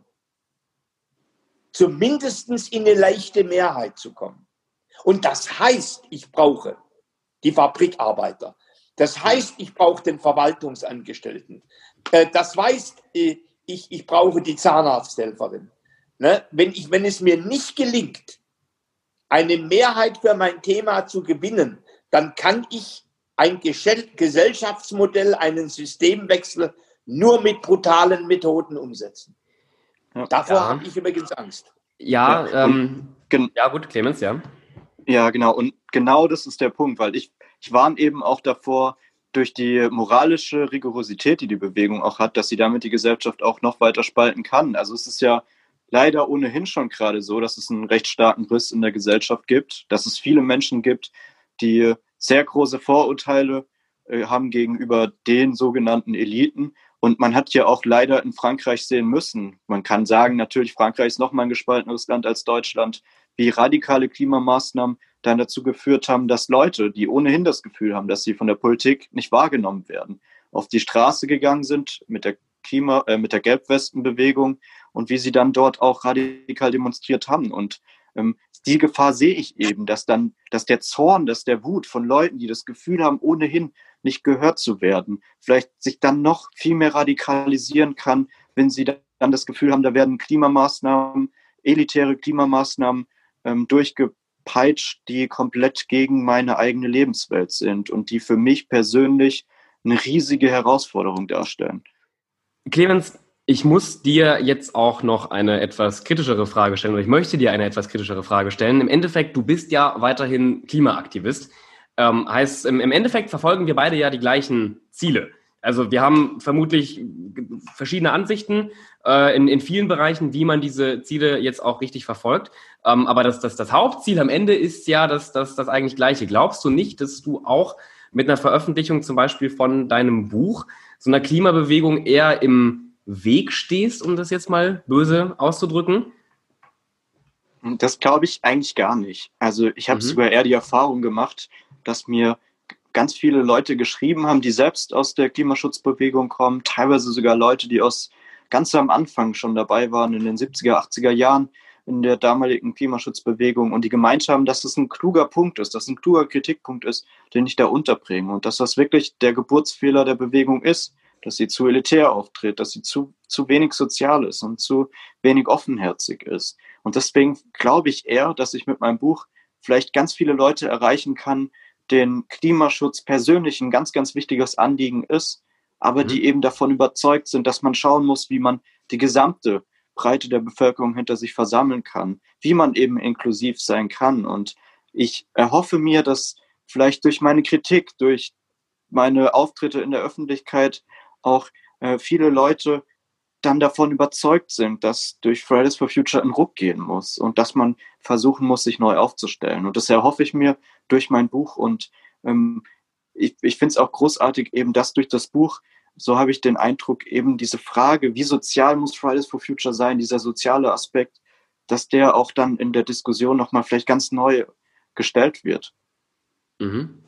zumindest in eine leichte Mehrheit zu kommen. Und das heißt, ich brauche die Fabrikarbeiter. Das heißt, ich brauche den Verwaltungsangestellten. Das heißt, ich brauche die Zahnarzthelferin. Ne? Wenn es mir nicht gelingt, eine Mehrheit für mein Thema zu gewinnen, dann kann ich ein Gesellschaftsmodell, einen Systemwechsel nur mit brutalen Methoden umsetzen. Ja. Davor habe ich übrigens Angst. Ja, gut, Clemens, ja. Ja, genau. Und genau das ist der Punkt, weil ich warne eben auch davor, durch die moralische Rigorosität, die die Bewegung auch hat, dass sie damit die Gesellschaft auch noch weiter spalten kann. Also es ist ja leider ohnehin schon gerade so, dass es einen recht starken Riss in der Gesellschaft gibt, dass es viele Menschen gibt, die sehr große Vorurteile haben gegenüber den sogenannten Eliten. Und man hat ja auch leider in Frankreich sehen müssen, man kann sagen, natürlich, Frankreich ist nochmal ein gespalteneres Land als Deutschland, wie radikale Klimamaßnahmen dann dazu geführt haben, dass Leute, die ohnehin das Gefühl haben, dass sie von der Politik nicht wahrgenommen werden, auf die Straße gegangen sind mit der Gelbwestenbewegung und wie sie dann dort auch radikal demonstriert haben. Und die Gefahr sehe ich eben, dass der Zorn, dass der Wut von Leuten, die das Gefühl haben, ohnehin nicht gehört zu werden, vielleicht sich dann noch viel mehr radikalisieren kann, wenn sie dann das Gefühl haben, da werden Klimamaßnahmen, elitäre Klimamaßnahmen durchgepeitscht, die komplett gegen meine eigene Lebenswelt sind und die für mich persönlich eine riesige Herausforderung darstellen. Clemens, ich muss dir jetzt auch noch eine etwas kritischere Frage stellen, oder ich möchte dir eine etwas kritischere Frage stellen. Im Endeffekt, du bist ja weiterhin Klimaaktivist. Heißt, im Endeffekt verfolgen wir beide ja die gleichen Ziele. Also wir haben vermutlich verschiedene Ansichten in vielen Bereichen, wie man diese Ziele jetzt auch richtig verfolgt. Aber das Hauptziel am Ende ist ja das eigentlich Gleiche. Glaubst du nicht, dass du auch mit einer Veröffentlichung zum Beispiel von deinem Buch so einer Klimabewegung eher im Weg stehst, um das jetzt mal böse auszudrücken? Das glaube ich eigentlich gar nicht. Also ich habe sogar eher die Erfahrung gemacht, dass mir ganz viele Leute geschrieben haben, die selbst aus der Klimaschutzbewegung kommen, teilweise sogar Leute, die ganz am Anfang schon dabei waren, in den 70er, 80er Jahren in der damaligen Klimaschutzbewegung und die gemeint haben, dass das ein kluger Punkt ist, dass es ein kluger Kritikpunkt ist, den ich da unterbringe und dass das wirklich der Geburtsfehler der Bewegung ist, dass sie zu elitär auftritt, dass sie zu wenig sozial ist und zu wenig offenherzig ist. Und deswegen glaube ich eher, dass ich mit meinem Buch vielleicht ganz viele Leute erreichen kann, denen Klimaschutz persönlich ein ganz, ganz wichtiges Anliegen ist, aber die eben davon überzeugt sind, dass man schauen muss, wie man die gesamte Breite der Bevölkerung hinter sich versammeln kann, wie man eben inklusiv sein kann. Und ich erhoffe mir, dass vielleicht durch meine Kritik, durch meine Auftritte in der Öffentlichkeit auch viele Leute dann davon überzeugt sind, dass durch Fridays for Future ein Ruck gehen muss und dass man versuchen muss, sich neu aufzustellen. Und das erhoffe ich mir durch mein Buch. Und ich finde es auch großartig, eben dass durch das Buch, so habe ich den Eindruck, eben diese Frage, wie sozial muss Fridays for Future sein, dieser soziale Aspekt, dass der auch dann in der Diskussion nochmal vielleicht ganz neu gestellt wird. Mhm.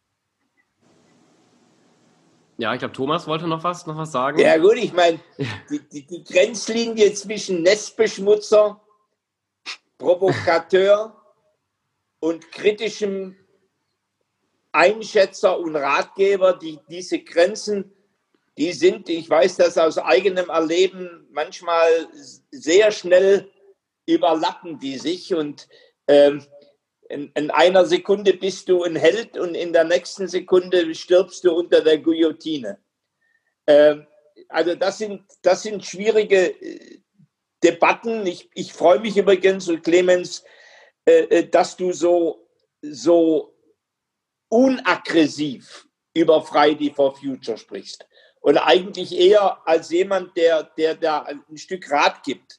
Ja, ich glaube, Thomas wollte noch was sagen. Ja gut, ich meine, die Grenzlinie zwischen Nestbeschmutzer, Provokateur und kritischem Einschätzer und Ratgeber, diese Grenzen, die sind, ich weiß das aus eigenem Erleben, manchmal sehr schnell überlappen die sich und in einer Sekunde bist du ein Held und in der nächsten Sekunde stirbst du unter der Guillotine. Also das sind schwierige Debatten. Ich freue mich übrigens, und Clemens, dass du so unaggressiv über Friday for Future sprichst. Und eigentlich eher als jemand, der da ein Stück Rat gibt.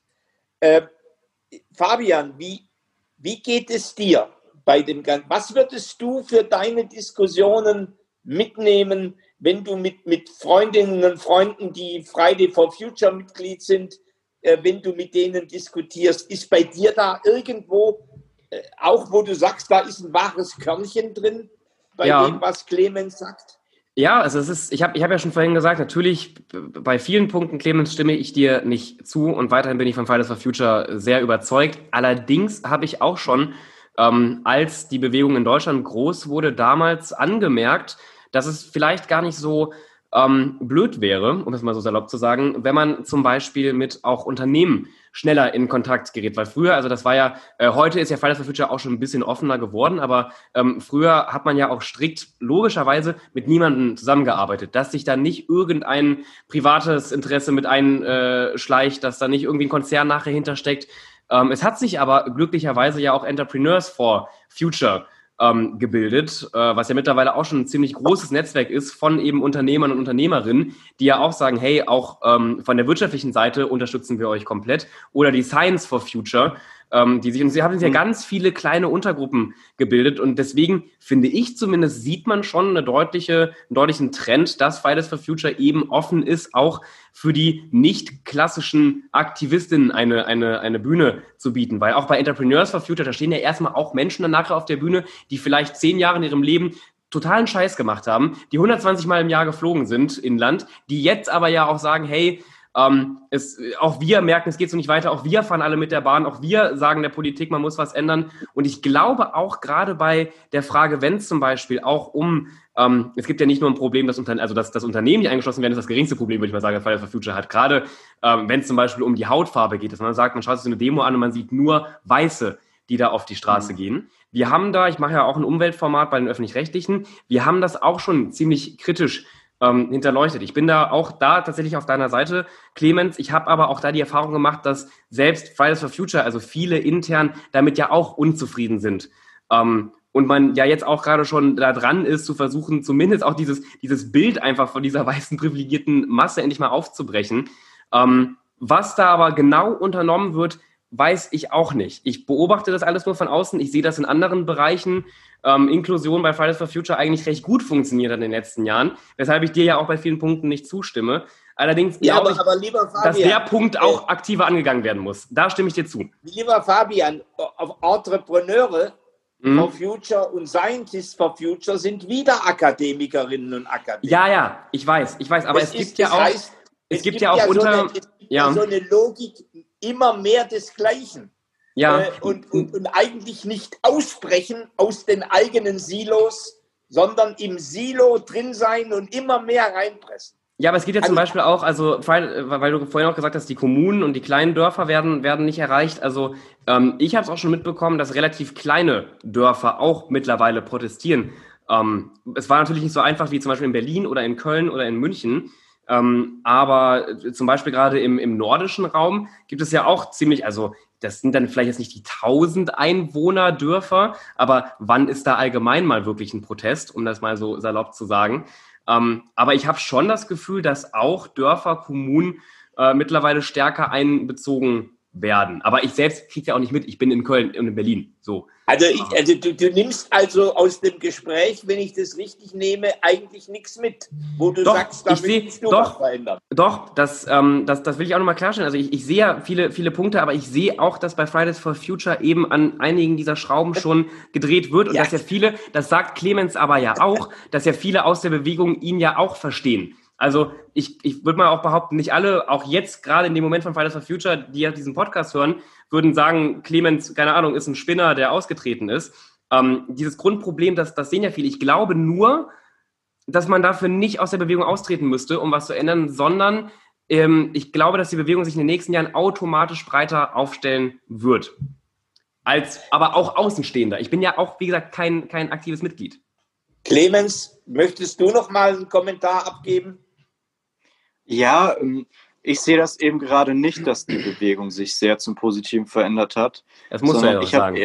Fabian, wie geht es dir bei dem Ganzen? Was würdest du für deine Diskussionen mitnehmen, wenn du mit Freundinnen und Freunden, die Friday for Future Mitglied sind, wenn du mit denen diskutierst? Ist bei dir da irgendwo, auch wo du sagst, da ist ein wahres Körnchen drin, bei dem, was Clemens sagt? Ja, also ich hab ja schon vorhin gesagt, natürlich bei vielen Punkten, Clemens, stimme ich dir nicht zu und weiterhin bin ich von Fridays for Future sehr überzeugt. Allerdings habe ich auch schon, als die Bewegung in Deutschland groß wurde, damals angemerkt, dass es vielleicht gar nicht so blöd wäre, um es mal so salopp zu sagen, wenn man zum Beispiel mit auch Unternehmen schneller in Kontakt gerät. Weil früher, also das war ja, heute ist ja Fridays for Future auch schon ein bisschen offener geworden, aber früher hat man ja auch strikt logischerweise mit niemandem zusammengearbeitet, dass sich da nicht irgendein privates Interesse mit einschleicht, dass da nicht irgendwie ein Konzern nachher hintersteckt. Es hat sich aber glücklicherweise ja auch Entrepreneurs for Future gebildet, was ja mittlerweile auch schon ein ziemlich großes Netzwerk ist von eben Unternehmern und Unternehmerinnen, die ja auch sagen, hey, auch von der wirtschaftlichen Seite unterstützen wir euch komplett. Oder die Science for Future, sie haben ja ganz viele kleine Untergruppen gebildet und deswegen finde ich zumindest, sieht man schon einen deutlichen Trend, dass Fridays for Future eben offen ist, auch für die nicht klassischen Aktivistinnen eine Bühne zu bieten. Weil auch bei Entrepreneurs for Future, da stehen ja erstmal auch Menschen dann nachher auf der Bühne, die vielleicht 10 Jahre in ihrem Leben totalen Scheiß gemacht haben, die 120 Mal im Jahr geflogen sind inland, die jetzt aber ja auch sagen, hey, auch wir merken, es geht so nicht weiter, auch wir fahren alle mit der Bahn, auch wir sagen der Politik, man muss was ändern. Und ich glaube auch gerade bei der Frage, wenn es zum Beispiel auch es gibt ja nicht nur ein Problem, dass das Unternehmen, die eingeschlossen werden, ist das geringste Problem, würde ich mal sagen, das Fridays for Future hat. Gerade wenn es zum Beispiel um die Hautfarbe geht, dass man sagt, man schaut sich so eine Demo an und man sieht nur Weiße, die da auf die Straße gehen. Wir haben da, ich mache ja auch ein Umweltformat bei den Öffentlich-Rechtlichen, wir haben das auch schon ziemlich kritisch hinterleuchtet. Ich bin da auch tatsächlich auf deiner Seite, Clemens. Ich habe aber auch da die Erfahrung gemacht, dass selbst Fridays for Future, also viele intern, damit ja auch unzufrieden sind. Und man ja jetzt auch gerade schon da dran ist, zu versuchen, zumindest auch dieses Bild einfach von dieser weißen privilegierten Masse endlich mal aufzubrechen. Was da aber genau unternommen wird, weiß ich auch nicht. Ich beobachte das alles nur von außen. Ich sehe das in anderen Bereichen. Inklusion bei Fridays for Future eigentlich recht gut funktioniert hat in den letzten Jahren, weshalb ich dir ja auch bei vielen Punkten nicht zustimme. Allerdings glaube ich, Fabian, dass der Punkt auch aktiver angegangen werden muss. Da stimme ich dir zu. Lieber Fabian, Entrepreneure for Future und Scientists for Future sind wieder Akademikerinnen und Akademiker. Ja, ich weiß, aber es gibt ja auch so eine Logik immer mehr desgleichen. Ja. Und eigentlich nicht ausbrechen aus den eigenen Silos, sondern im Silo drin sein und immer mehr reinpressen. Ja, aber es geht ja zum Beispiel auch, also weil du vorhin auch gesagt hast, die Kommunen und die kleinen Dörfer werden nicht erreicht. Also ich habe es auch schon mitbekommen, dass relativ kleine Dörfer auch mittlerweile protestieren. Es war natürlich nicht so einfach wie zum Beispiel in Berlin oder in Köln oder in München. Aber zum Beispiel gerade im nordischen Raum gibt es ja auch ziemlich, also das sind dann vielleicht jetzt nicht die 1000 Einwohner-Dörfer, aber wann ist da allgemein mal wirklich ein Protest, um das mal so salopp zu sagen? Aber ich habe schon das Gefühl, dass auch Dörfer, Kommunen mittlerweile stärker einbezogen werden. Aber ich selbst kriege ja auch nicht mit. Ich bin in Köln und in Berlin. So. Also du nimmst also aus dem Gespräch, wenn ich das richtig nehme, eigentlich nichts mit, wo du sagst, da willst du was verändern. Doch, das will ich auch nochmal klarstellen. Also ich sehe ja viele Punkte, aber ich sehe auch, dass bei Fridays for Future eben an einigen dieser Schrauben schon gedreht wird und dass ja viele, das sagt Clemens aber ja auch, dass ja viele aus der Bewegung ihn ja auch verstehen. Also ich würde mal auch behaupten, nicht alle, auch jetzt gerade in dem Moment von Fridays for Future, die ja diesen Podcast hören, würden sagen, Clemens, keine Ahnung, ist ein Spinner, der ausgetreten ist. Dieses Grundproblem, das sehen ja viele. Ich glaube nur, dass man dafür nicht aus der Bewegung austreten müsste, um was zu ändern, sondern ich glaube, dass die Bewegung sich in den nächsten Jahren automatisch breiter aufstellen wird. Aber auch Außenstehender. Ich bin ja auch, wie gesagt, kein aktives Mitglied. Clemens, möchtest du noch mal einen Kommentar abgeben? Ja, ich sehe das eben gerade nicht, dass die Bewegung sich sehr zum Positiven verändert hat. Das musst du ja auch sagen.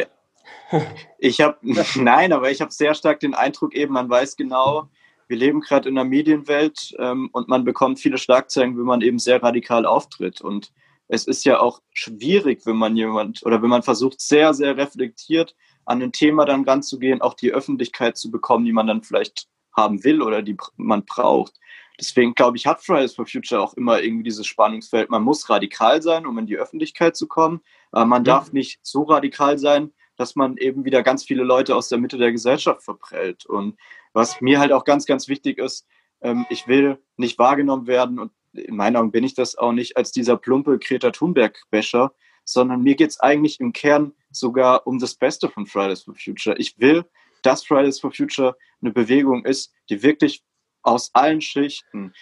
Nein, aber ich habe sehr stark den Eindruck eben, man weiß genau, wir leben gerade in einer Medienwelt und man bekommt viele Schlagzeilen, wenn man eben sehr radikal auftritt. Und es ist ja auch schwierig, wenn man versucht, sehr, sehr reflektiert an ein Thema dann ranzugehen, auch die Öffentlichkeit zu bekommen, die man dann vielleicht haben will oder die man braucht. Deswegen, glaube ich, hat Fridays for Future auch immer irgendwie dieses Spannungsfeld. Man muss radikal sein, um in die Öffentlichkeit zu kommen. Aber man darf nicht so radikal sein, dass man eben wieder ganz viele Leute aus der Mitte der Gesellschaft verprellt. Und was mir halt auch ganz, ganz wichtig ist, ich will nicht wahrgenommen werden, und in meinen Augen bin ich das auch nicht, als dieser plumpe Greta Thunberg-Bäscher, sondern mir geht es eigentlich im Kern sogar um das Beste von Fridays for Future. Ich will, dass Fridays for Future eine Bewegung ist, die wirklich aus allen Schichten,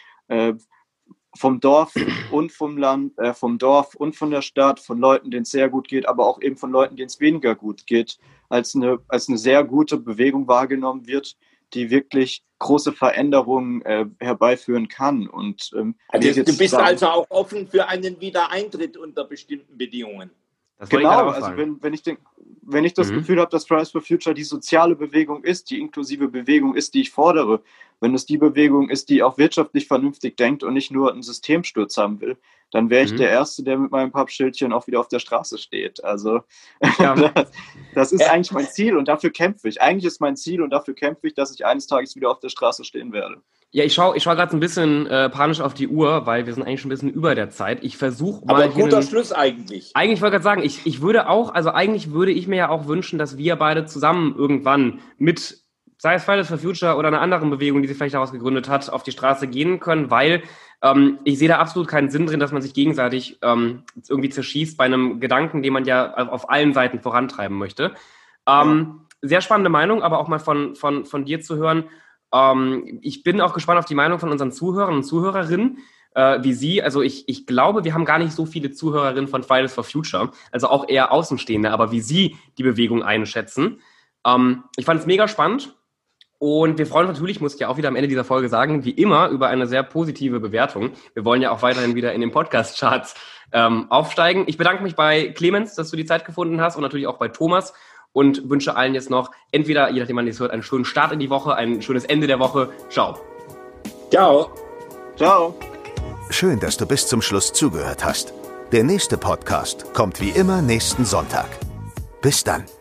vom Dorf und vom Land, vom Dorf und von der Stadt, von Leuten, denen es sehr gut geht, aber auch eben von Leuten, denen es weniger gut geht, als eine sehr gute Bewegung wahrgenommen wird, die wirklich große Veränderungen herbeiführen kann. Und du bist also auch offen für einen Wiedereintritt unter bestimmten Bedingungen. Genau, also wenn ich das Gefühl habe, dass Fridays for Future die soziale Bewegung ist, die inklusive Bewegung ist, die ich fordere, wenn es die Bewegung ist, die auch wirtschaftlich vernünftig denkt und nicht nur einen Systemsturz haben will, dann wäre ich der Erste, der mit meinem Pappschildchen auch wieder auf der Straße steht. Also das ist eigentlich mein Ziel und dafür kämpfe ich. Eigentlich ist mein Ziel und dafür kämpfe ich, dass ich eines Tages wieder auf der Straße stehen werde. Ja, ich schau gerade ein bisschen panisch auf die Uhr, weil wir sind eigentlich schon ein bisschen über der Zeit. Ich versuche mal. Aber guter Schluss eigentlich. Eigentlich wollte ich gerade sagen, ich würde ich mir ja auch wünschen, dass wir beide zusammen irgendwann mit, sei es Fridays for Future oder einer anderen Bewegung, die sich vielleicht daraus gegründet hat, auf die Straße gehen können, weil ich sehe da absolut keinen Sinn drin, dass man sich gegenseitig irgendwie zerschießt bei einem Gedanken, den man ja auf allen Seiten vorantreiben möchte. Sehr spannende Meinung, aber auch mal von dir zu hören. Ich bin auch gespannt auf die Meinung von unseren Zuhörern und Zuhörerinnen, wie sie, also ich glaube, wir haben gar nicht so viele Zuhörerinnen von Fridays for Future, also auch eher Außenstehende, aber wie sie die Bewegung einschätzen. Ich fand es mega spannend und wir freuen uns natürlich, muss ich ja auch wieder am Ende dieser Folge sagen, wie immer über eine sehr positive Bewertung. Wir wollen ja auch weiterhin wieder in den Podcast-Charts aufsteigen. Ich bedanke mich bei Clemens, dass du die Zeit gefunden hast und natürlich auch bei Thomas. Und wünsche allen jetzt noch entweder, je nachdem man das hört, einen schönen Start in die Woche, ein schönes Ende der Woche. Ciao. Ciao. Ciao. Schön, dass du bis zum Schluss zugehört hast. Der nächste Podcast kommt wie immer nächsten Sonntag. Bis dann.